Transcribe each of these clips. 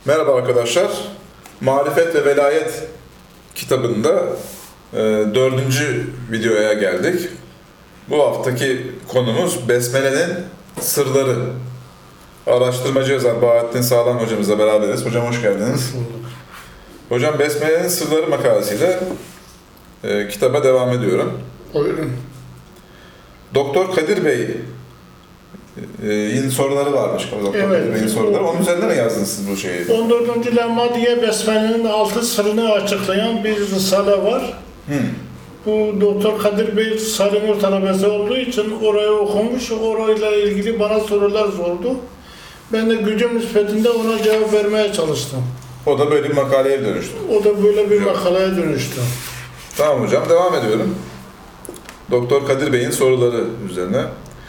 Merhaba arkadaşlar. Marifet ve Velayet kitabında 4. videoya geldik. Bu haftaki konumuz Besmele'nin sırları. Araştırmacı yazar Bahattin Sağlam hocamızla beraberiz. Hocam hoş geldiniz. Hocam Besmele'nin sırları makalesiyle kitaba devam ediyorum. Buyurun. Doktor Kadir Bey'in soruları varmış. Doktor Evet. Kadir Bey'in soruları. Onun üzerine mi yazdınız siz bu şeyi? 14. lemma diye Besmele'nin 6 sırrını açıklayan bir risale var. Bu Doktor Kadir Bey Sarıgül talebesi olduğu için orayı okumuş, orayla ilgili bana sorular sordu. Ben de gücüm nispetinde ona cevap vermeye çalıştım. O da böyle bir makaleye dönüştü. O da böyle bir makaleye dönüştü. Tamam hocam, devam ediyorum. Doktor Kadir Bey'in soruları üzerine.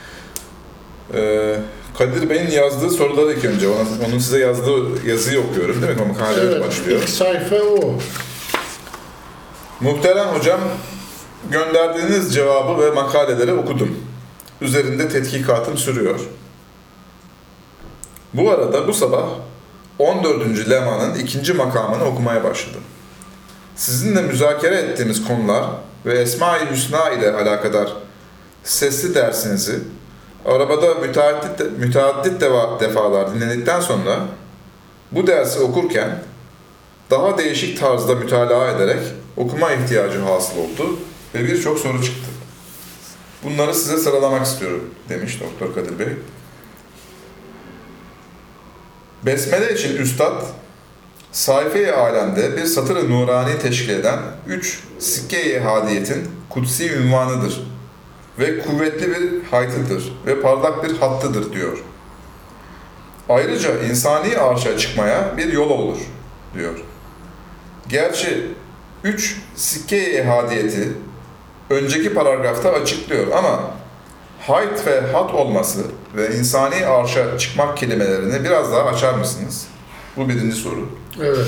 Kadir Bey'in yazdığı soruları ilk önce, onun size yazdığı yazıyı okuyorum değil mi? O makale Evet, başlıyor. ilk sayfa o. Muhterem hocam, gönderdiğiniz cevabı ve makaleleri okudum. Üzerinde tetkikatım sürüyor. Bu arada bu sabah 14. lemanın 2. makamını okumaya başladım. Sizinle müzakere ettiğimiz konular ve Esma-i Hüsna ile alakadar sesli dersinizi arabada müteaddit defalar dinledikten sonra bu dersi okurken daha değişik tarzda mütalaa ederek okuma ihtiyacı hasıl oldu ve birçok soru çıktı. Bunları size sıralamak istiyorum demiş Doktor Kadir Bey. Besmele için Üstad, sayfa-i alemde bir satır-ı nurani teşkil eden 3 sikke-i hadiyetin kutsi ünvanıdır ve kuvvetli bir haytıdır ve parlak bir hattıdır diyor. Ayrıca insani arşa çıkmaya bir yol olur diyor. Gerçi 3 sikke-i hadiyeti önceki paragrafta açıklıyor ama hayt ve hat olması ve insani arşa çıkmak kelimelerini biraz daha açar mısınız? Bu birinci soru. Evet.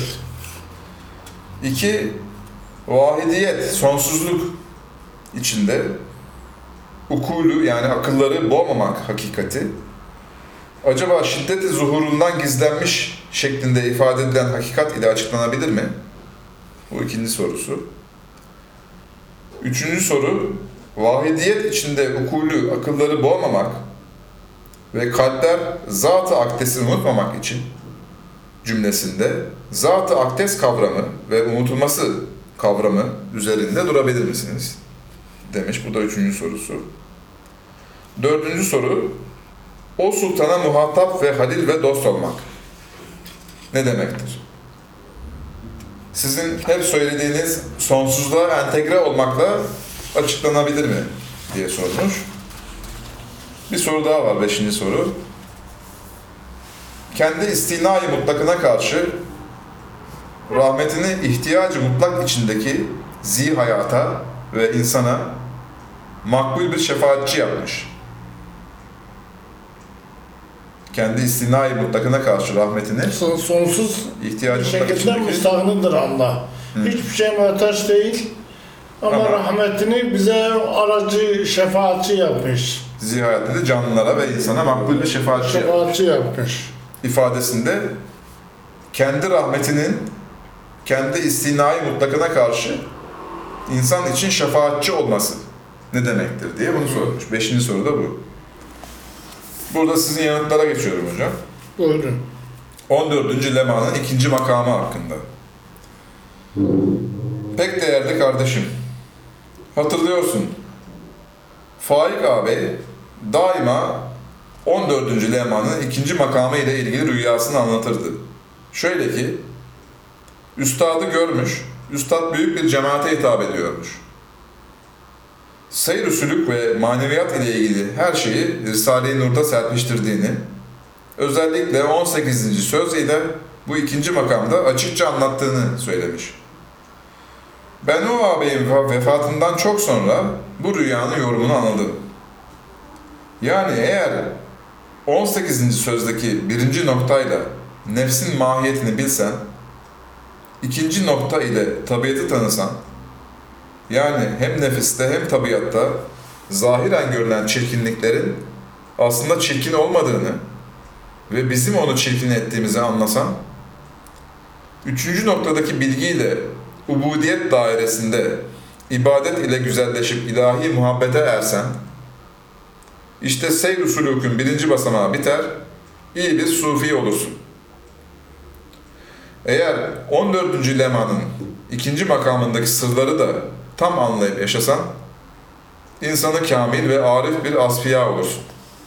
2. Vahidiyet, sonsuzluk içinde ukulü yani akılları boğmamak hakikati acaba şiddeti zuhurundan gizlenmiş şeklinde ifade edilen hakikat ile açıklanabilir mi? Bu ikinci sorusu. Üçüncü soru, vahidiyet içinde ukulü akılları boğmamak ve kalpler zat-ı akdesini unutmamak için cümlesinde zat-ı akdes kavramı ve unutulması kavramı üzerinde durabilir misiniz? Demiş. Bu da üçüncü sorusu. Dördüncü soru, o sultana muhatap ve halil ve dost olmak ne demektir? Sizin hep söylediğiniz sonsuzluğa entegre olmakla açıklanabilir mi diye sormuş. Bir soru daha var, 5. soru. Kendi istinai mutlakına karşı rahmetini ihtiyacı mutlak içindeki zihayata ve insana makbul bir şefaatçi yapmış. Kendi istinai mutlakına karşı rahmetini Sonsuz ihtiyacı bir mutlak şekilde içindeki müstahınıdır Allah. Hiçbir şeye muhtaç değil. Ama rahmetini bize aracı, şefaatçi yapmış. zihayat dedi, canlılara ve insana makbul bir şefaatçi yapmış. Şefaatçi yapmış. İfadesinde kendi rahmetinin kendi istinai mutlakına karşı insan için şefaatçi olması ne demektir diye bunu sormuş. 5. soru da bu. Burada sizin yanıtlara geçiyorum hocam. Buyurun. 14. lemanın 2. makamı hakkında. Pek değerli kardeşim, hatırlıyorsun, Faik ağabey daima 14. lemanın 2. makamı ile ilgili rüyasını anlatırdı. Şöyle ki, üstadı görmüş, üstad büyük bir cemaate hitap ediyormuş. Seyr-i sülük ve maneviyat ile ilgili her şeyi Risale-i Nur'da serpiştirdiğini, özellikle 18. söz ile bu 2. makamda açıkça anlattığını söylemiş. Ben o ağabeyin vefatından çok sonra bu rüyanın yorumunu anladım. Yani eğer 18. sözdeki 1. noktayla nefsin mahiyetini bilsen, 2. nokta ile tabiatı tanısan, yani hem nefiste hem tabiatta zahiren görülen çirkinliklerin aslında çirkin olmadığını ve bizim onu çirkin ettiğimizi anlasan, Üçüncü noktadaki bilgiyle ubudiyet dairesinde ibadet ile güzelleşip ilahi muhabbete ersen, işte seyr-i sulûkün birinci basamağı biter, iyi bir sufi olursun. Eğer 14. lemanın ikinci makamındaki sırları da tam anlayıp yaşasan, insanı kamil ve arif bir asfiya olursun.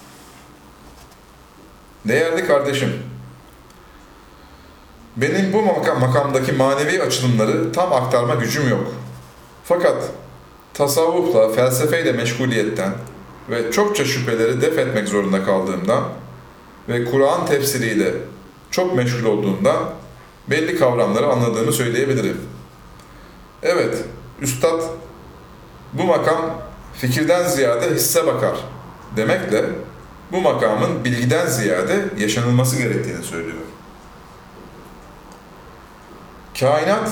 Değerli kardeşim, benim bu makamdaki manevi açılımları tam aktarma gücüm yok. Fakat tasavvufla, felsefeyle meşguliyetten ve çokça şüpheleri def etmek zorunda kaldığımdan ve Kur'an tefsiriyle çok meşgul olduğumdan belli kavramları anladığımı söyleyebilirim. Evet, Üstad bu makam fikirden ziyade hisse bakar demekle bu makamın bilgiden ziyade yaşanılması gerektiğini söylüyor. Kainat,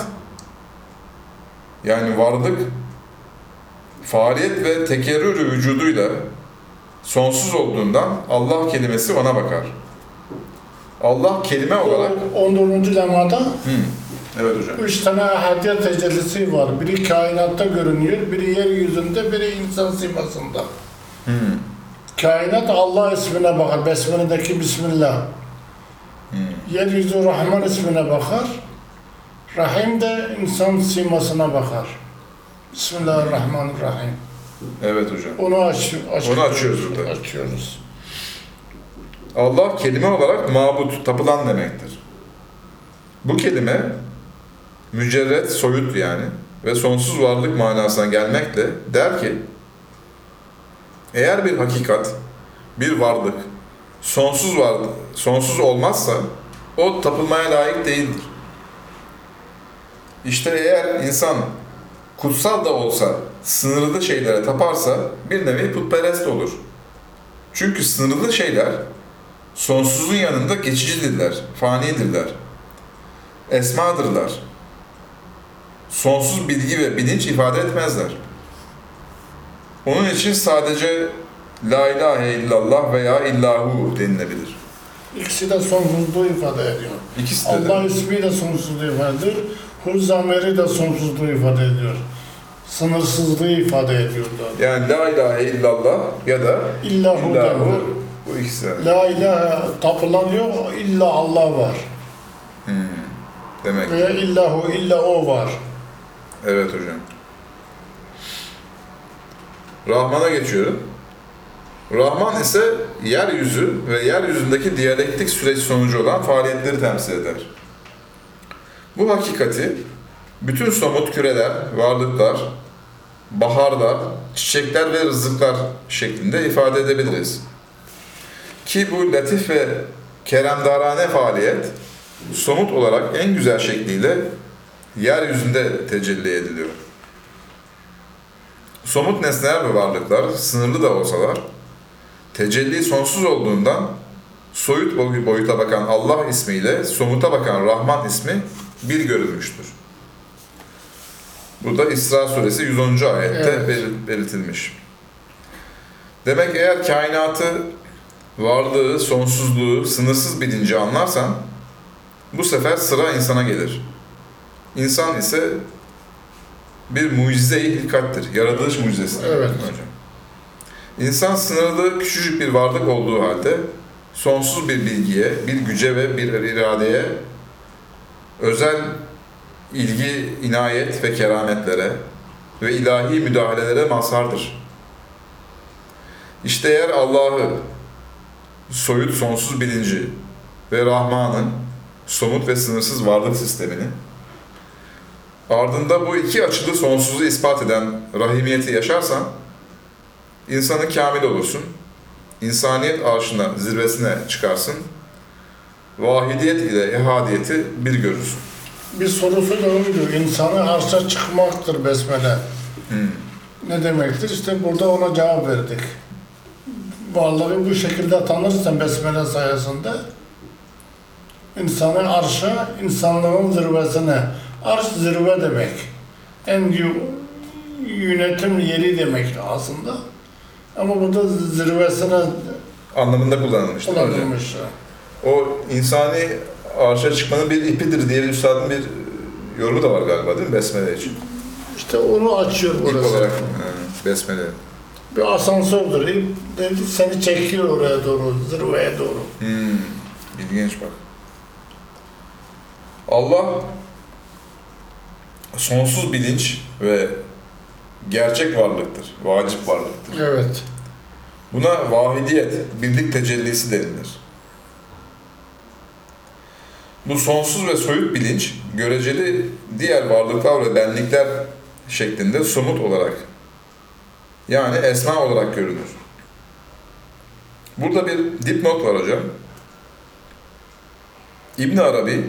yani varlık, faaliyet ve tekerrür vücuduyla sonsuz olduğundan Allah kelimesi ona bakar. Allah kelime olarak... 14. lemada Evet hocam. 3 tane ahadiyet tecellisi var. Biri kainatta görünüyor, biri yeryüzünde, biri insan simasında. Kainat Allah ismine bakar, Besmele'deki Bismillah. Yeryüzü Rahman ismine bakar, Rahim de insan simasına bakar. Bismillahirrahmanirrahim. Evet hocam. Onu açıyoruz burada. Açıyoruz. Allah kelime olarak mabut, tapılan demektir. Bu kelime mücerret, soyut yani ve sonsuz varlık manasına gelmekle der ki, eğer bir hakikat, bir varlık sonsuz olmazsa o tapılmaya layık değildir. İşte eğer insan kutsal da olsa sınırlı şeylere taparsa bir nevi putperest olur. Çünkü sınırlı şeyler sonsuzun yanında geçicidirler, fanidirler, esmadırlar. Sonsuz bilgi ve bilinç ifade etmezler. Onun için sadece La ilahe illallah veya illahu denilebilir. İkisi de sonsuzluğu ifade ediyor. İkisi de Allah ismi de sonsuzluğu ifade ediyor. Hul zamiri de sonsuzluğu ifade ediyor. Sınırsızlığı ifade ediyor da. Yani La ilahe illallah ya da İllahu deniyor. bu ikisi. La ilahe tapılan yok, illa Allah var. Demek. Veya illahu, illa o var. Evet hocam. Rahman'a geçiyorum. Rahman ise yeryüzü ve yeryüzündeki diyalektik süreç sonucu olan faaliyetleri temsil eder. Bu hakikati bütün somut küreler, varlıklar, baharlar, çiçekler ve rızıklar şeklinde ifade edebiliriz. Ki bu latif ve keremdarane faaliyet somut olarak en güzel şekliyle yeryüzünde tecelli ediliyor. Somut nesneler ve varlıklar sınırlı da olsalar, tecelli sonsuz olduğundan soyut boyuta bakan Allah ismiyle somuta bakan Rahman ismi bir görülmüştür. Bu da İsra suresi 110. ayette belirtilmiş. Demek eğer kainatı, varlığı, sonsuzluğu, sınırsız bilinci anlarsan bu sefer sıra insana gelir. İnsan ise bir mucize-i hilkattir, yaratılış mucizesidir. Evet. Hocam. İnsan sınırlı, küçücük bir varlık olduğu halde sonsuz bir bilgiye, bir güce ve bir iradeye, özel ilgi, inayet ve kerametlere ve ilahi müdahalelere mazhardır. İşte eğer Allah'ı, soyut sonsuz bilinci ve Rahman'ın somut ve sınırsız varlık sistemini, ardında bu iki açılı sonsuzu ispat eden rahimiyeti yaşarsan, insanı kamil olursun, insaniyet arşına, zirvesine çıkarsın, vahidiyet ile ehadiyeti bir görürsün. Bir sorusu da oydu. İnsanı arşa çıkmaktır besmele. Ne demektir? İşte burada ona cevap verdik. Varlığı bu şekilde tanırsan besmele sayesinde insanı arşa, insanlığın zirvesine. Arş zirve demek. En yönetim yeri demek aslında. Ama burada zirvesine anlamında kullanılmış. kullanılmış. O insani arşa çıkmanın bir ipidir diye bir üstadın bir yorumu da var galiba değil mi Besmele için? İşte onu açıyor İp burası. olarak Besmele. Bir asansördür. Seni çekiyor oraya doğru, zirveye doğru. İlginç bak. Allah sonsuz bilinç ve gerçek varlıktır, vacip varlıktır. Evet. Buna vahidiyet, birlik tecellisi denilir. Bu sonsuz ve soyut bilinç, göreceli diğer varlıklar ve benlikler şeklinde somut olarak, yani esma olarak görünür. Burada bir dipnot var hocam. İbn Arabi,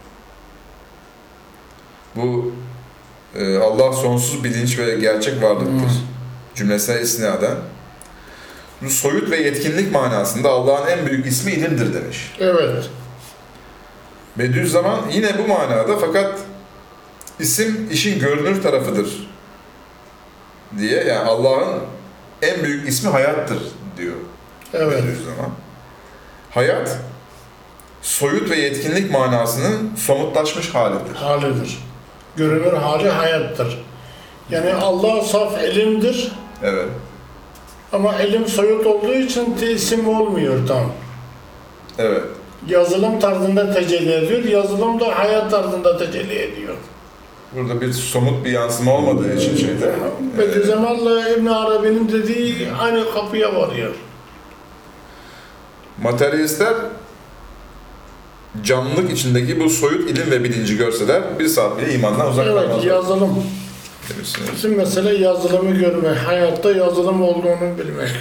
bu Allah sonsuz bilinç ve gerçek varlıktır cümlesine istinaden, bu soyut ve yetkinlik manasında Allah'ın en büyük ismi ilimdir demiş. Evet. Bediüzzaman yine bu manada fakat isim işin görünür tarafıdır diye, yani Allah'ın en büyük ismi hayattır diyor Evet. Bediüzzaman. Hayat, soyut ve yetkinlik manasının somutlaşmış halidir. Halidir. Görünür hali hayattır. Yani Allah saf ilimdir Evet. ama ilim soyut olduğu için isim olmuyor tam. Evet. Yazılım tarzında tecelli ediyor, yazılım da hayat tarzında tecelli ediyor. Burada bir somut bir yansıma olmadığı için şeyde. Bediüzzaman'la İbn Arabi'nin dediği aynı kapıya varıyor. Materyalistler canlılık içindeki bu soyut ilim ve bilinci görseler bir saat bile imandan uzak Evet, kalmazlar. yazılım. Demişsiniz. Bizim mesele yazılımı görmek, hayatta yazılım olduğunu bilmek.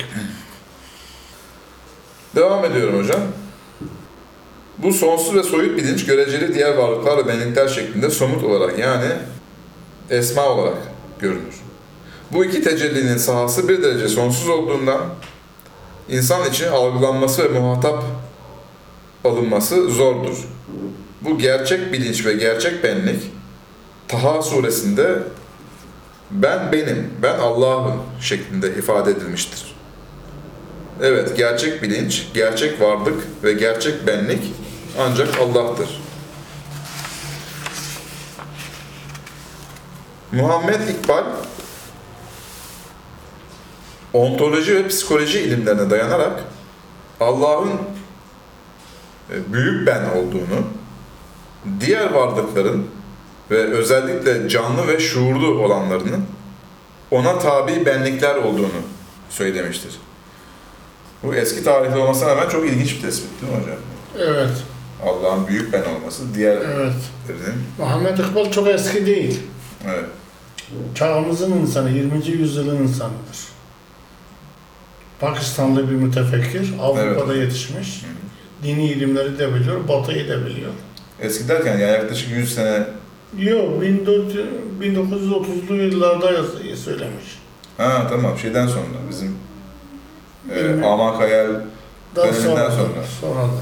Devam ediyorum hocam. Bu sonsuz ve soyut bilinç göreceli diğer varlıklar ve benlikler şeklinde somut olarak, yani esma olarak görünür. Bu iki tecellinin sahası bir derece sonsuz olduğundan insan için algılanması ve muhatap alınması zordur. Bu gerçek bilinç ve gerçek benlik Taha suresinde ben benim, ben Allah'ım şeklinde ifade edilmiştir. Evet, gerçek bilinç, gerçek varlık ve gerçek benlik ancak Allah'tır. Muhammed İkbal, ontoloji ve psikoloji ilimlerine dayanarak Allah'ın büyük ben olduğunu, diğer varlıkların ve özellikle canlı ve şuurlu olanlarının ona tabi benlikler olduğunu söylemiştir. Bu eski tarihli olmasına rağmen çok ilginç bir tespit değil mi hocam? Evet. Allah'ın büyük ben olması, diğerlerinin. Evet. Muhammed İkbal çok eski değil. Evet. Çağımızın insanı, 20. yüzyılın insanıdır. Pakistanlı bir mütefekkir, Avrupa'da yetişmiş. Dini ilimleri de biliyor, Batı'yı da biliyor. Eski derken yani yaklaşık 100 sene... Yok, 1930'lu yıllarda söylemiş. Ha tamam, şeyden sonra bizim Amak Hayal döneminden sonra. Sonradır.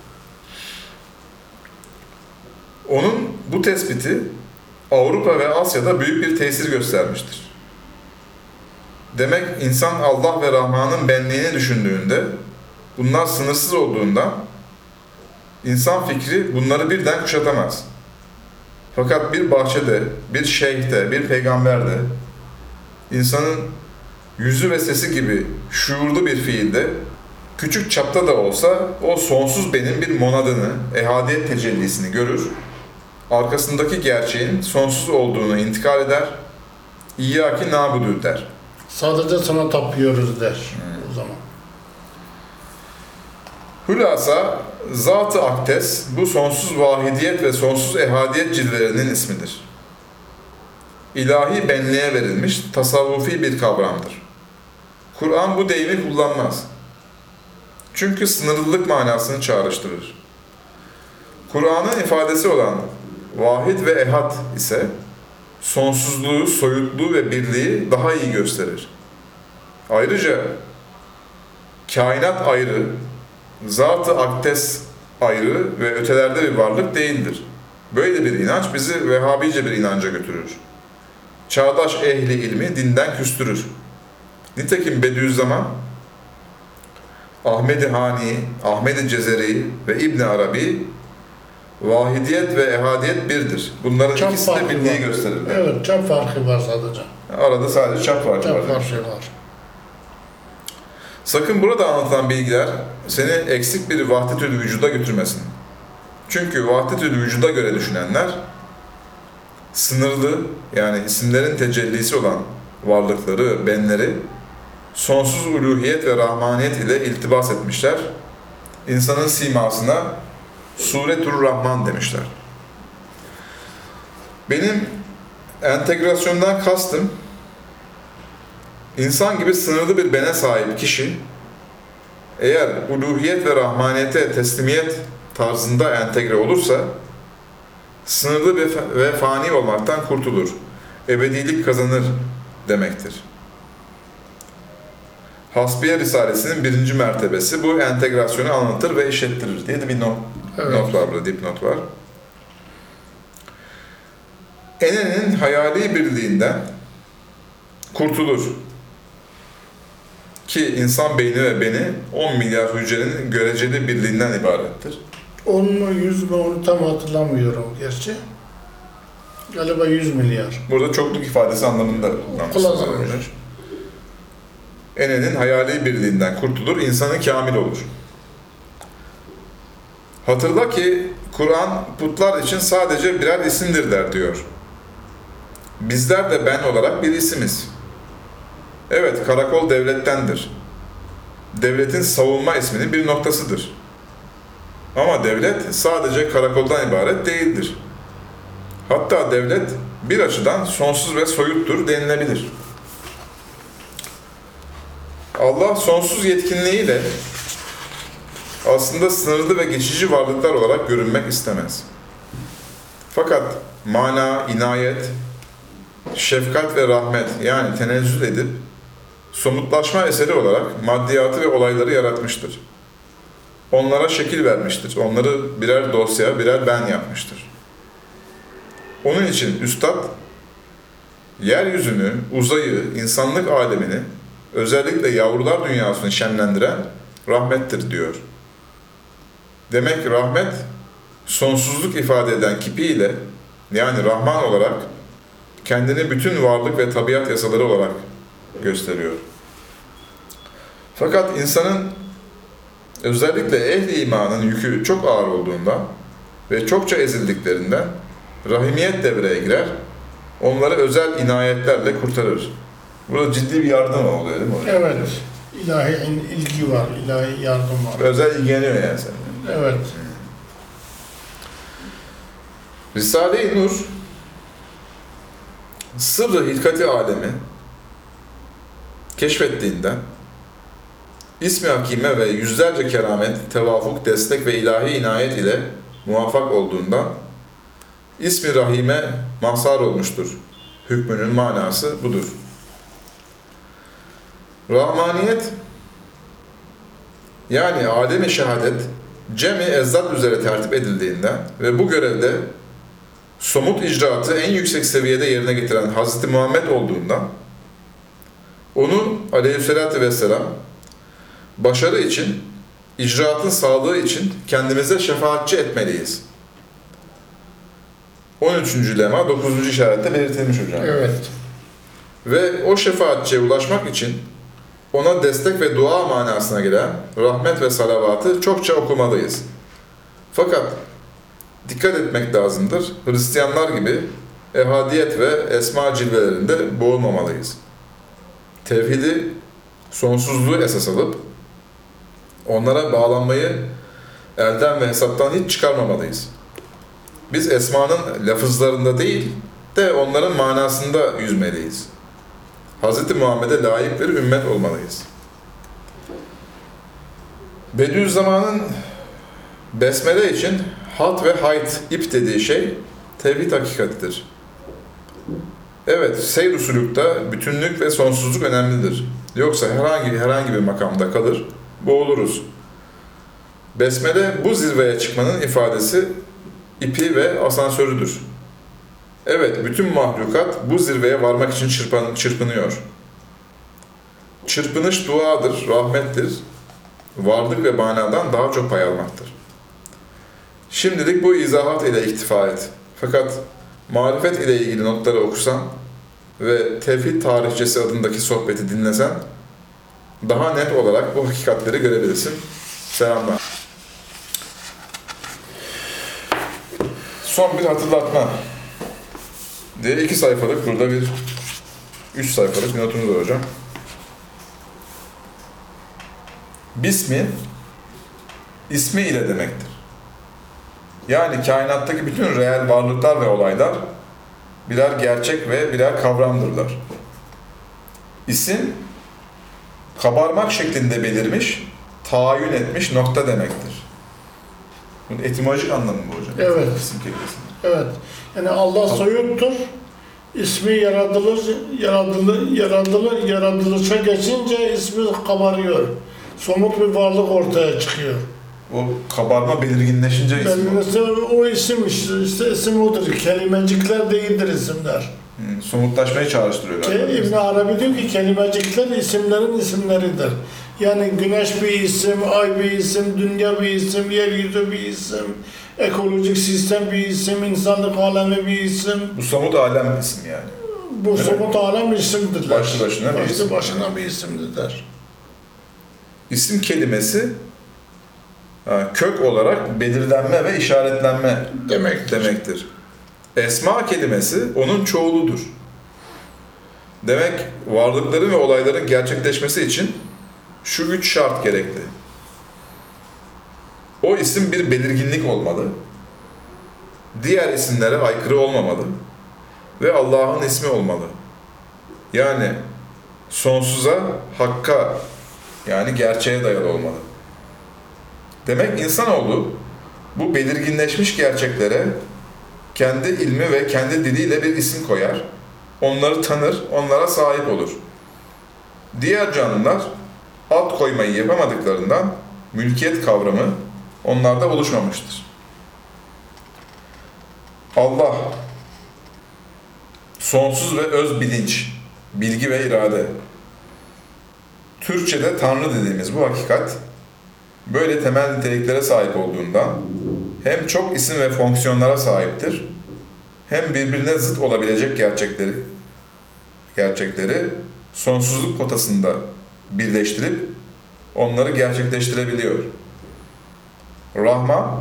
Onun bu tespiti Avrupa ve Asya'da büyük bir tesir göstermiştir. Demek insan Allah ve Rahman'ın benliğini düşündüğünde, bunlar sınırsız olduğundan insan fikri bunları birden kuşatamaz. Fakat bir bahçede, bir şeyhte, bir peygamberde, insanın yüzü ve sesi gibi şuurlu bir fiilde, küçük çapta da olsa o sonsuz benim bir monadını, ehadiyet tecellisini görür, arkasındaki gerçeğin sonsuz olduğunu intikal eder, İyyâki nâbudu der. Sadece sana tapıyoruz der o zaman. Hülasa, Zat-ı Akdes bu sonsuz vahidiyet ve sonsuz ehadiyet cilvelerinin ismidir. İlahi benliğe verilmiş tasavvufi bir kavramdır. Kur'an bu deyimi kullanmaz. Çünkü sınırlılık manasını çağrıştırır. Kur'an'ın ifadesi olan vahid ve ehad ise sonsuzluğu, soyutluğu ve birliği daha iyi gösterir. Ayrıca kainat ayrı, Zat-ı Akdes ayrı ve ötelerde bir varlık değildir. Böyle bir inanç bizi Vehhabice bir inanca götürür. Çağdaş ehli ilmi dinden küstürür. Nitekim Bediüzzaman, Ahmed-i Hani, Ahmed-i Cezeri ve İbn Arabi vahidiyet ve ehadiyet birdir. Bunların Çap ikisi de farkı birliği var. gösterir. Evet, çap farkı var sadece. Arada sadece çap farkı var. Çap farkı var. Sakın burada anlatılan bilgiler seni eksik bir vahdetül vücuda götürmesin. Çünkü vahdetül vücuda göre düşünenler sınırlı, yani isimlerin tecellisi olan varlıkları, benleri sonsuz uluhiyet ve rahmaniyet ile iltibas etmişler. İnsanın simasına Suretur Rahman demişler. Benim entegrasyondan kastım, insan gibi sınırlı bir bene sahip kişi, eğer uluhiyet ve rahmaniyete teslimiyet tarzında entegre olursa, sınırlı ve fani olmaktan kurtulur, ebedilik kazanır demektir. Hasbiye Risalesi'nin 1. mertebesi bu entegrasyonu anlatır ve işlettirir diye de bir not var burada, dipnot var. Enenin hayali birliğinden kurtulur. Ki insan beyni ve beni 10 milyar hücrenin göreceli birliğinden ibarettir. 10 mu 100 mü onu tam hatırlamıyorum gerçi. Galiba 100 milyar. Burada çokluk ifadesi anlamında kullanılmış. Enenin hayali birliğinden kurtulur, insanı kamil olur. Hatırla ki Kur'an putlar için sadece birer isimdirler diyor. Bizler de ben olarak bir isimiz. Evet, karakol devlettendir. Devletin savunma isminin bir noktasıdır. Ama devlet sadece karakoldan ibaret değildir. Hatta devlet bir açıdan sonsuz ve soyuttur denilebilir. Allah sonsuz yetkinliğiyle aslında sınırlı ve geçici varlıklar olarak görünmek istemez. Fakat mana, inayet, şefkat ve rahmet, yani tenezzül edip somutlaşma eseri olarak maddiyatı ve olayları yaratmıştır. Onlara şekil vermiştir. Onları birer dosya, birer ben yapmıştır. Onun için Üstad, yeryüzünü, uzayı, insanlık alemini, özellikle yavrular dünyasını şenlendiren rahmettir diyor. Demek rahmet, sonsuzluk ifade eden kipiyle, yani Rahman olarak, kendini bütün varlık ve tabiat yasaları olarak gösteriyor. Fakat insanın özellikle ehl-i imanın yükü çok ağır olduğundan ve çokça ezildiklerinden rahimiyet devreye girer, onları özel inayetlerle kurtarır. Burada ciddi bir yardım oluyor değil mi hocam? Evet. İlahi ilgi var, ilahi yardım var. Özel ilgileniyor yani sen. Evet. Risale-i Nur, sırrı hilkati alemi keşfettiğinden, İsmi Hakime ve yüzlerce keramet, tevafuk, destek ve ilahi inayet ile muvaffak olduğundan, İsmi Rahime mahsar olmuştur. Hükmünün manası budur. Rahmaniyet, yani alem-i şehadet, cem-i ezzat üzere tertip edildiğinden ve bu görevde somut icraatı en yüksek seviyede yerine getiren Hz. Muhammed olduğundan, onu aleyhissalatü vesselam başarı için, icraatın sağlığı için kendimize şefaatçi etmeliyiz. 13. lema 9. işarette belirtilmiş hocam. Evet. Ve o şefaatçiye ulaşmak için ona destek ve dua manasına gelen rahmet ve salavatı çokça okumalıyız. Fakat dikkat etmek lazımdır. Hristiyanlar gibi ehadiyet ve esma cilvelerinde boğulmamalıyız. Tevhidi, sonsuzluğu esas alıp onlara bağlanmayı elden ve hesaptan hiç çıkarmamalıyız. Biz esmanın lafızlarında değil de onların manasında yüzmeliyiz. Hz. Muhammed'e layık bir ümmet olmalıyız. Bediüzzaman'ın besmele için hat ve hayt, ip dediği şey tevhid hakikatidir. Evet, seyr-i sulukta bütünlük ve sonsuzluk önemlidir. Yoksa herhangi bir makamda kalır, boğuluruz. Besmele bu zirveye çıkmanın ifadesi, ipi ve asansörüdür. Evet, bütün mahlukat bu zirveye varmak için çırpınıyor. Çırpınış duadır, rahmettir, varlık ve manadan daha çok pay almaktır. Şimdilik bu izahat ile iktifa et. Fakat marifet ile ilgili notları okusan ve Tevhid Tarihçesi adındaki sohbeti dinlesen daha net olarak bu hakikatleri görebilirsin. Selamlar. Son bir hatırlatma diye 2 sayfalık, burada 3 sayfalık bir notumuz var hocam. Bismi, ismi ile demektir. Yani kainattaki bütün reel varlıklar ve olaylar birer gerçek ve birer kavramdırlar. İsim, kabarmak şeklinde belirmiş, tayin etmiş nokta demektir. Bunun etimolojik anlamı bu hocam. Evet. İsim kelimesinin. Evet. Yani Allah soyuttur. İsmi yaratılışa geçince ismi kabarıyor. Somut bir varlık ortaya çıkıyor. O kabarma belirginleşince isim olur. Mesela o isim işte isim odur. Kelimecikler değildir isimler. Somutlaşmayı çağrıştırıyor galiba. İbn Arabi diyor ki kelimecikler isimlerin isimleridir. Yani güneş bir isim, ay bir isim, dünya bir isim, yeryüzü bir isim, ekolojik sistem bir isim, insanlık alemi bir isim. Bu somut alem isim yani. Bu somut alem isimdirler. Başlı başına bir isim. Başlı başına bir isimdirler. İsim kelimesi kök olarak belirlenme ve işaretlenme demektir. Esma kelimesi onun çoğuludur. Demek varlıkların ve olayların gerçekleşmesi için şu 3 şart gerekli. O isim bir belirginlik olmalı, diğer isimlere aykırı olmamalı ve Allah'ın ismi olmalı. Yani sonsuza, hakka, yani gerçeğe dayalı olmalı. Demek insanoğlu bu belirginleşmiş gerçeklere kendi ilmi ve kendi diliyle bir isim koyar, onları tanır, onlara sahip olur. Diğer canlılar ad koymayı yapamadıklarından mülkiyet kavramı onlarda oluşmamıştır. Allah, sonsuz ve öz bilinç, bilgi ve irade. Türkçe'de Tanrı dediğimiz bu hakikat, böyle temel niteliklere sahip olduğundan hem çok isim ve fonksiyonlara sahiptir, hem birbirine zıt olabilecek gerçekleri sonsuzluk potasında birleştirip onları gerçekleştirebiliyor. Rahman,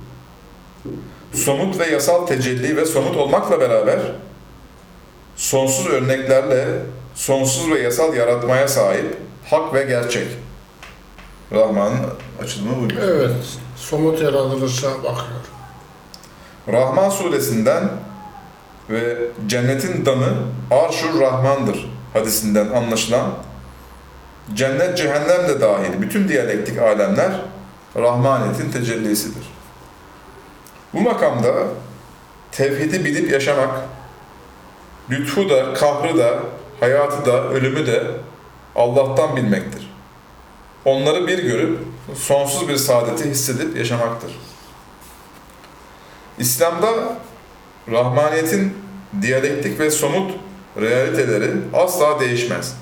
somut ve yasal tecelli ve somut olmakla beraber sonsuz örneklerle sonsuz ve yasal yaratmaya sahip hak ve gerçek. Rahman'ın açılımı buydu. Evet, somut yaratılışa bakıyor. Rahman suresinden ve cennetin damı Arş-ur Rahman'dır hadisinden anlaşılan cennet, cehennem de dahil bütün diyalektik alemler Rahmaniyet'in tecellisidir. Bu makamda tevhidi bilip yaşamak, lütfu da, kahrı da, hayatı da, ölümü de Allah'tan bilmektir. Onları bir görüp sonsuz bir saadeti hissedip yaşamaktır. İslam'da Rahmaniyet'in diyalektik ve somut realiteleri asla değişmez.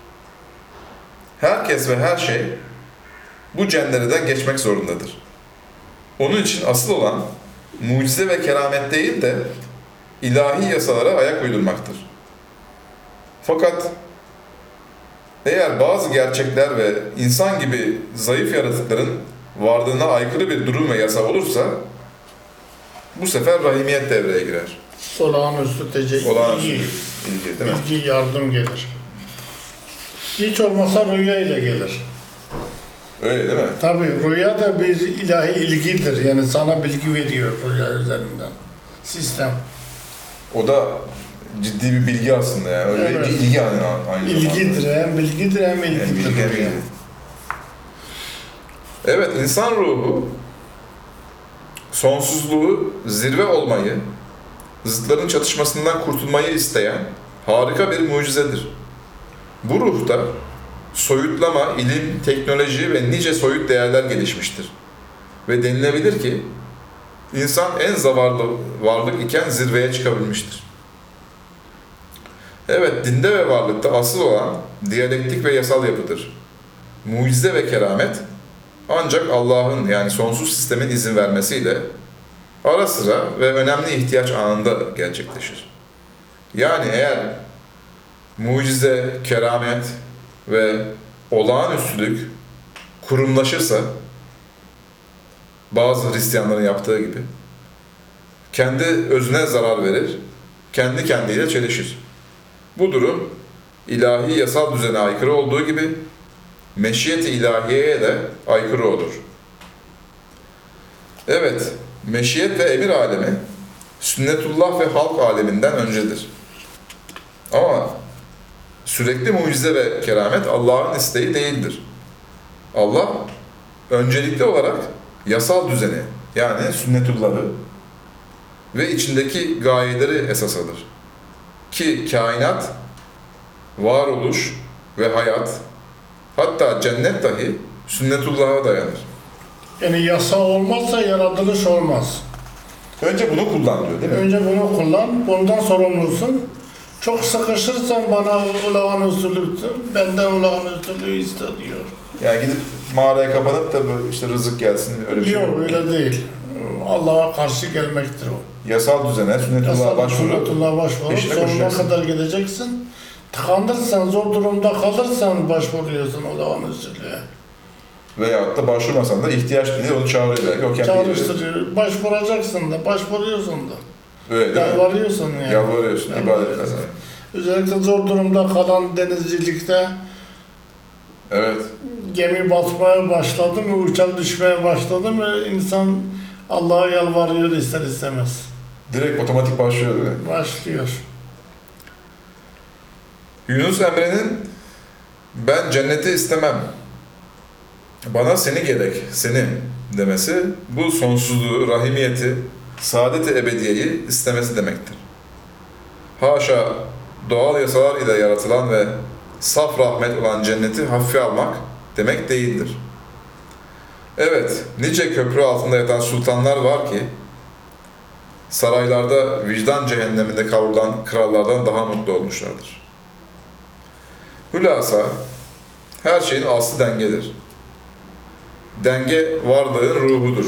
Herkes ve her şey bu cendereden geçmek zorundadır. Onun için asıl olan mucize ve keramet değil de ilahi yasalara ayak uydurmaktır. Fakat eğer bazı gerçekler ve insan gibi zayıf yaratıkların varlığına aykırı bir durum ve yasa olursa bu sefer rahimiyet devreye girer. Olağanüstü tecelli, Olağanüstü ilgi, değil mi? bilgi, yardım gelir. Hiç olmasa rüya ile gelir. Öyle değil mi? Tabii rüya da bir ilahi ilgidir. Yani sana bilgi veriyor rüya üzerinden. Sistem. O da ciddi bir bilgi aslında yani. Öyle Evet. bir ilgi yani aynı zamanda. İlgidir, hem bilgidir hem ilgidir. Hem bilgi hem rüya. ilgi. Evet, insan ruhu sonsuzluğu, zirve olmayı, zıtların çatışmasından kurtulmayı isteyen harika bir mucizedir. Bu ruhta soyutlama, ilim, teknoloji ve nice soyut değerler gelişmiştir. Ve denilebilir ki insan en zavallı varlık iken zirveye çıkabilmiştir. Evet, dinde ve varlıkta asıl olan diyalektik ve yasal yapıdır. Mucize ve keramet ancak Allah'ın yani sonsuz sistemin izin vermesiyle ara sıra ve önemli ihtiyaç anında gerçekleşir. Yani eğer mucize, keramet ve olağanüstülük kurumlaşırsa, bazı Hristiyanların yaptığı gibi, kendi özüne zarar verir, kendi kendiyle çelişir. Bu durum, ilahi yasal düzene aykırı olduğu gibi, meşiyet-i ilahiyeye de aykırı olur. Evet, meşiyet ve emir alemi, sünnetullah ve halk aleminden öncedir. Ama sürekli mucize ve keramet Allah'ın isteği değildir. Allah, öncelikli olarak yasal düzeni, yani sünnetullahı ve içindeki gayeleri esas alır. Ki kainat, varoluş ve hayat, hatta cennet dahi sünnetullah'a dayanır. Yani yasa olmazsa yaratılış olmaz. Önce bunu kullan diyor değil mi? Önce bunu kullan, bundan sorumlusun. Çok sıkışırsan bana olağanüstülüktür, benden olağanüstülüğü iste diyor. Yani gidip mağaraya kapanıp da böyle işte rızık gelsin öyle bir şey Yok, yok. öyle değil. Allah'a karşı gelmektir o. Yasal düzene, sünnetullah'a başvurup Sünnetullah'a başvurup peşine sonuna koşacaksın. kadar gideceksin. Tıkandırsan, zor durumda kalırsan başvuruyorsun olağanüstülüğe. Veyahut da başvurmasan da ihtiyaç bilir, onu çağırıyor belki. O kendi Çalıştırıyor. Başvuracaksın da, başvuruyorsun da. öyle değil mi? Yalvarıyorsun yani. Yalvarıyorsun, ibadet edersin. Özellikle zor durumda kalan denizcilikte Evet. gemi batmaya başladı mı, uçak düşmeye başladı mı insan Allah'a yalvarıyor ister istemez. Direkt otomatik başlıyor değil mi? Başlıyor. Yunus Emre'nin ben cenneti istemem, bana seni gerek, seni demesi bu sonsuzluğu, rahimiyeti, saadet-i ebediyeyi istemesi demektir. Haşa doğal yasalar ile yaratılan ve saf rahmet olan cenneti hafife almak demek değildir. Evet, nice köprü altında yatan sultanlar var ki, saraylarda vicdan cehenneminde kavrulan krallardan daha mutlu olmuşlardır. Hülasa, her şeyin aslı dengedir. Denge varlığın ruhudur.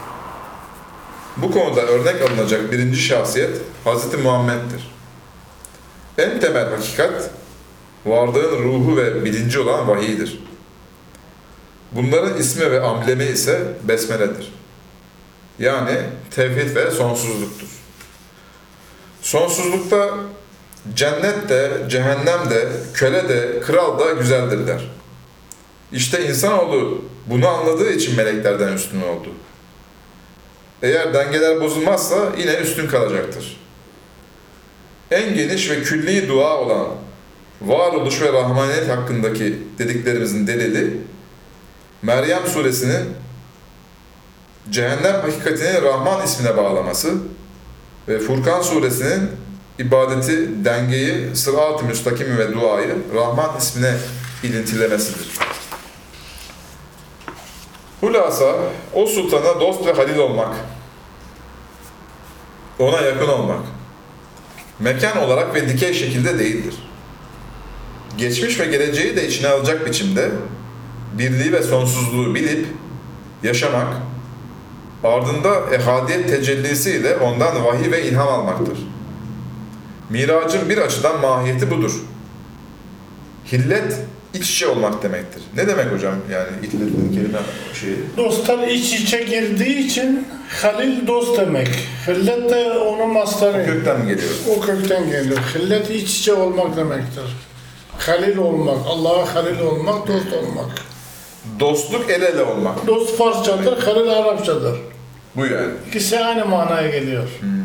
Bu konuda örnek alınacak birinci şahsiyet Hz. Muhammed'dir. En temel hakikat, varlığın ruhu ve bilinci olan vahiydir. Bunların ismi ve amblemi ise Besmele'dir. Yani tevhid ve sonsuzluktur. Sonsuzlukta cennet de, cehennem de, köle de, kral da güzeldir der. İşte insanoğlu bunu anladığı için meleklerden üstün oldu. Eğer dengeler bozulmazsa yine üstün kalacaktır. En geniş ve külli dua olan varoluş ve rahmaniyet hakkındaki dediklerimizin delili, Meryem suresinin cehennem hakikatini Rahman ismine bağlaması ve Furkan suresinin ibadeti, dengeyi, sırat-ı müstakim ve duayı Rahman ismine ilintilemesidir. Hulasa, o sultana dost ve halil olmak, ona yakın olmak, mekan olarak ve dikey şekilde değildir. Geçmiş ve geleceği de içine alacak biçimde birliği ve sonsuzluğu bilip yaşamak, ardında ehadiyet tecellisiyle ondan vahiy ve ilham almaktır. Miracın bir açıdan mahiyeti budur. Hillet, iç içe olmak demektir. Ne demek hocam yani hillet kelime şeyi? Dostlar iç içe girdiği için halil dost demek. Hillet de onun mastarı. Kökten mi geliyor? O kökten geliyor. Hillet iç içe olmak demektir. Halil olmak, Allah'a halil olmak, dost olmak. Dostluk el ele olmak. Dost Farsçadır, halil Arapçadır. Bu yani. İkisi aynı manaya geliyor.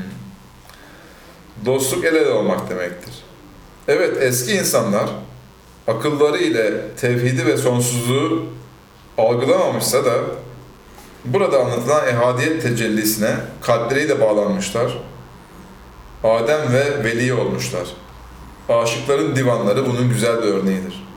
Dostluk el ele olmak demektir. Evet, eski insanlar akılları ile tevhidi ve sonsuzluğu algılamamışsa da burada anlatılan ehadiyet tecellisine kalpleriyle bağlanmışlar. Adem ve veli olmuşlar. Aşıkların divanları bunun güzel bir örneğidir.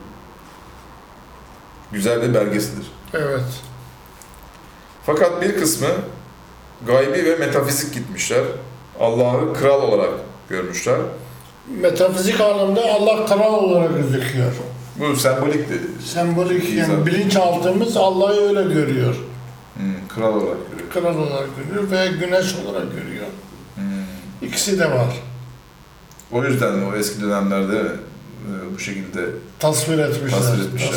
Güzel bir belgesidir. Evet. Fakat bir kısmı gaybi ve metafizik gitmişler. Allah'ı kral olarak görmüşler. Metafizik alemde Allah kral olarak gözüküyor. Bu sembolikti. Sembolik İzah. yani bilinçaltımız Allah'ı öyle görüyor. Kral olarak görüyor. Kral olarak görüyor ve güneş olarak görüyor. İkisi de var. O yüzden o eski dönemlerde bu şekilde Tasvir etmişler. Tasvir etmişler.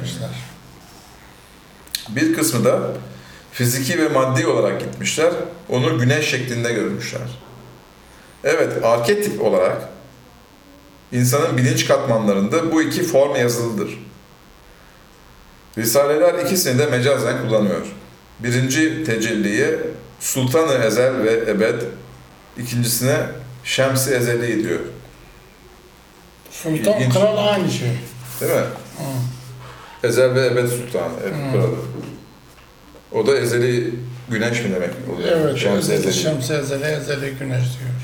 Bir kısmı da fiziki ve maddi olarak gitmişler. Onu güneş şeklinde görmüşler. Evet, arketip olarak insanın bilinç katmanlarında bu iki form yazılıdır. Risaleler ikisini de mecazen kullanıyor. Birinci tecelliye Sultan-ı Ezel ve Ebed, ikincisine Şems-i Ezeli diyor. Sultan, İlginç. kral aynı şey. Değil mi? Ezel ve Ebed Sultanı, kralı. O da ezeli güneş mi demek oluyor? Evet, Şems-i Ezeli. Şems-i Ezeli, Ezeli güneş diyor.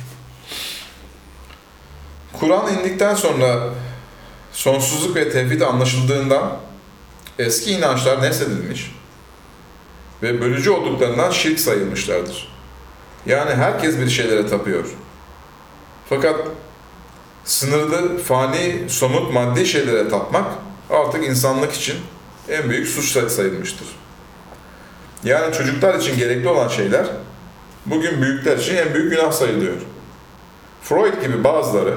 Kur'an indikten sonra sonsuzluk ve tevhid anlaşıldığından eski inançlar nesledilmiş ve bölücü olduklarından şirk sayılmışlardır. Yani herkes bir şeylere tapıyor. Fakat sınırlı, fani, somut, maddi şeylere tapmak artık insanlık için en büyük suç sayılmıştır. Yani çocuklar için gerekli olan şeyler bugün büyükler için en büyük günah sayılıyor. Freud gibi bazıları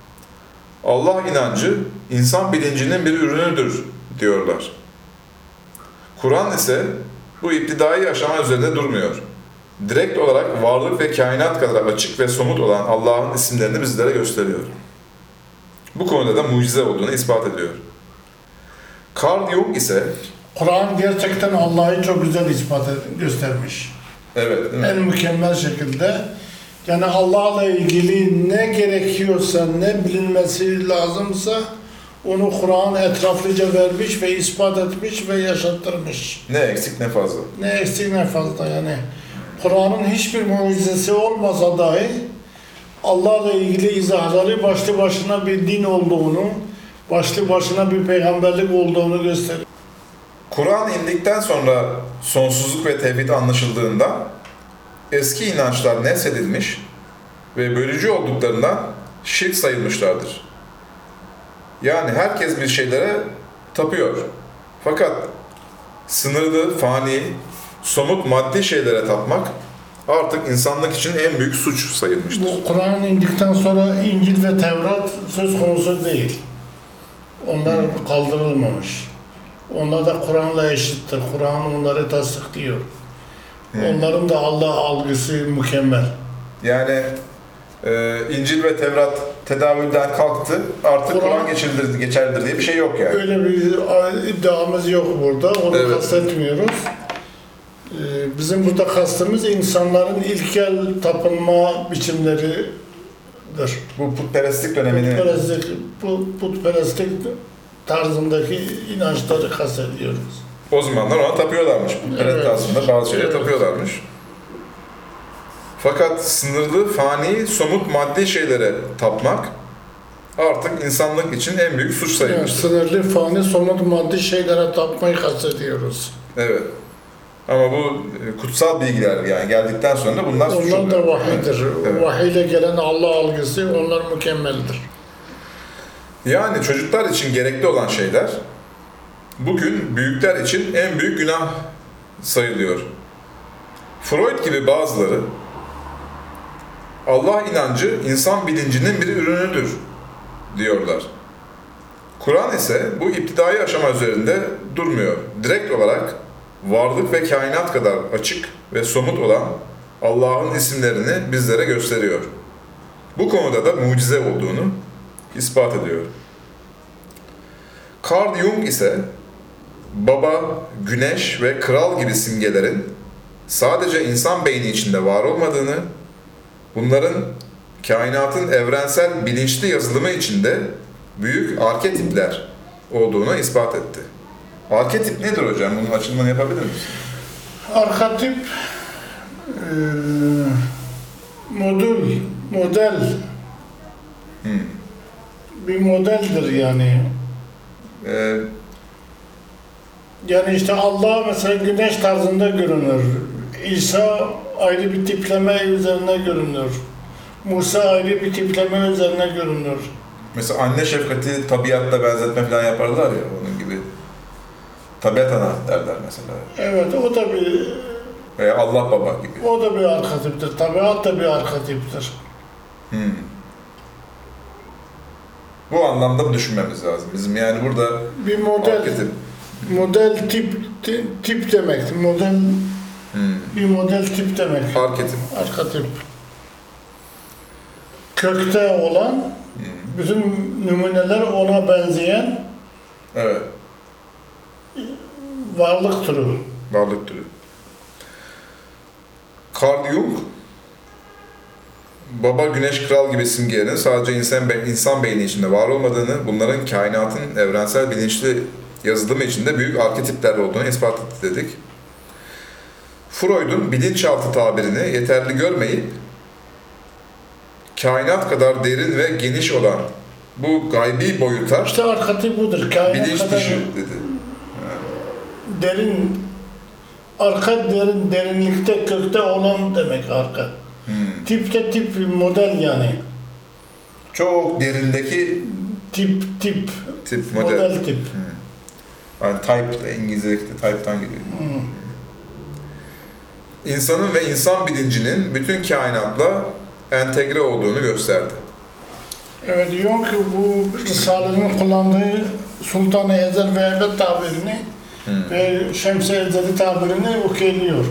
Allah inancı insan bilincinin bir ürünüdür diyorlar. Kur'an ise bu iptidai aşama üzerinde durmuyor. Direkt olarak varlık ve kainat kadar açık ve somut olan Allah'ın isimlerini bizlere gösteriyor. Bu konuda da mucize olduğunu ispat ediyor. Carl Jung ise Kur'an gerçekten Allah'ı çok güzel göstermiş. evet, değil mi? En mükemmel şekilde. Yani Allah'la ilgili ne gerekiyorsa, ne bilinmesi lazımsa onu Kur'an etraflıca vermiş ve ispat etmiş ve yaşattırmış. Ne eksik ne fazla. Ne eksik ne fazla yani. Kur'an'ın hiçbir mucizesi olmasa dahi Allah'la ilgili izahları başlı başına bir din olduğunu, başlı başına bir peygamberlik olduğunu gösteriyor. Kur'an indikten sonra sonsuzluk ve tevhid anlaşıldığında eski inançlar nesedilmiş ve bölücü olduklarından şirk sayılmışlardır. Yani herkes bir şeylere tapıyor. Fakat sınırlı, fani, somut maddi şeylere tapmak artık insanlık için en büyük suç sayılmıştır. Bu Kur'an indikten sonra İncil ve Tevrat söz konusu değil. Onlar kaldırılmamış. Onlar da Kur'an'la eşittir. Kur'an onları tasdikliyor. Onların da Allah algısı mükemmel. Yani İncil ve Tevrat tedavülden kalktı, artık Kur'an geçerlidir diye bir şey yok yani. Öyle bir iddiamız yok burada. Onu Evet. kastetmiyoruz. Bizim burada kastımız insanların ilkel tapınma biçimleridir. Bu putperestlik dönemini... Putperestlik tarzındaki inançları kastediyoruz. O zamanlar ona tapıyorlarmış. Putperest Evet. aslında bazı şeylere Evet. tapıyorlarmış. Fakat sınırlı, fani, somut maddi şeylere tapmak artık insanlık için en büyük suç Yani sayılmıştır. sınırlı, fani, somut maddi şeylere tapmayı kastediyoruz. Evet. Ama bu kutsal bilgiler yani geldikten sonra bunlar suç Onlar da oluyor. vahiydir. Evet. Vahiyle gelen Allah algısı onlar mükemmeldir. Yani çocuklar için gerekli olan şeyler bugün büyükler için en büyük günah sayılıyor. Freud gibi bazıları Allah inancı insan bilincinin bir ürünüdür diyorlar. Kur'an ise bu iptidai aşama üzerinde durmuyor. Direkt olarak varlık ve kainat kadar açık ve somut olan Allah'ın isimlerini bizlere gösteriyor. Bu konuda da mucize olduğunu ispat ediyor. Carl Jung ise baba, güneş ve kral gibi simgelerin sadece insan beyni içinde var olmadığını, bunların kainatın evrensel bilinçli yazılımı içinde büyük arketipler olduğunu ispat etti. Arketip nedir hocam? Bunun açılımını yapabilir misin? Arketip model bir modeldir yani. Yani işte Allah mesela güneş tarzında görünür. İsa ayrı bir tipleme üzerine görünür. Musa ayrı bir tipleme üzerine görünür. Mesela anne şefkati tabiatla benzetme falan yaparlar ya, onun gibi. Tabiat ana derler mesela. Evet, o da bir Veya Allah Baba gibi. O da bir arketiptir. Tabiat da bir arketiptir. Bu anlamda düşünmemiz lazım. Bizim yani burada Bir model, arketip. model tip demek. Model bir model tip demek. Arketip. Arketip. Kökte olan bütün numuneler ona benzeyen Evet. varlık türü. Varlık türü. Carl Jung, baba güneş kral gibi simgelerin sadece insan beyni içinde var olmadığını, bunların kainatın evrensel bilinçli yazılımı içinde büyük arketipler olduğunu ispat etti dedik. Freud'un bilinçaltı tabirini yeterli görmeyip, kainat kadar derin ve geniş olan bu gaybi boyuta İşte arketip budur. Kainat bilinç kadar dışı dedi. derin, derinlikte, kökte olan demek arka. Tip de tip, model yani. Çok derindeki Tip, model. model tip. Yani type, İngilizce'deki type'tan geliyor. İnsanın ve insan bilincinin bütün kainatla entegre olduğunu gösterdi. Evet, Jung bu Risale'nin kullandığı Sultan-ı Ezel ve Ebed tabirini ve Şems-i Ezel'i tabirini okuyuyor.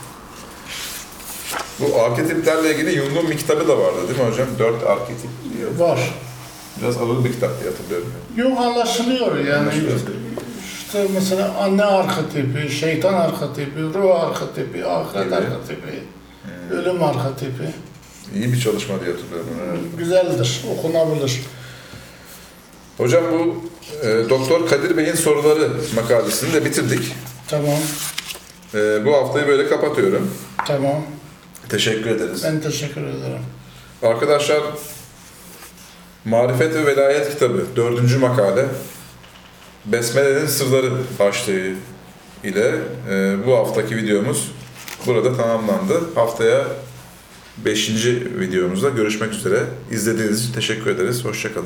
Bu arketiplerle ilgili Jung'un bir kitabı da vardı değil mi hocam? 4 arketip diye. Var. Biraz ağır bir kitap diye hatırlıyorum. Yok, anlaşılıyor yani. Anlaşılıyor. İşte mesela anne arketipi, şeytan arketipi, ruh arketipi, ahiret Gibi. arketipi, ölüm arketipi. İyi bir çalışma diye hatırlıyorum. Evet. Güzeldir, okunabilir. Hocam bu Doktor Kadir Bey'in soruları makalesini de bitirdik. Tamam, Bu haftayı böyle kapatıyorum. tamam. Teşekkür ederiz. Ben teşekkür ederim. Arkadaşlar, Marifet ve Velayet kitabı 4. makale Besmele'nin sırları başlığı ile bu haftaki videomuz burada tamamlandı. Haftaya 5. videomuzda görüşmek üzere. İzlediğiniz için teşekkür ederiz. Hoşça kalın.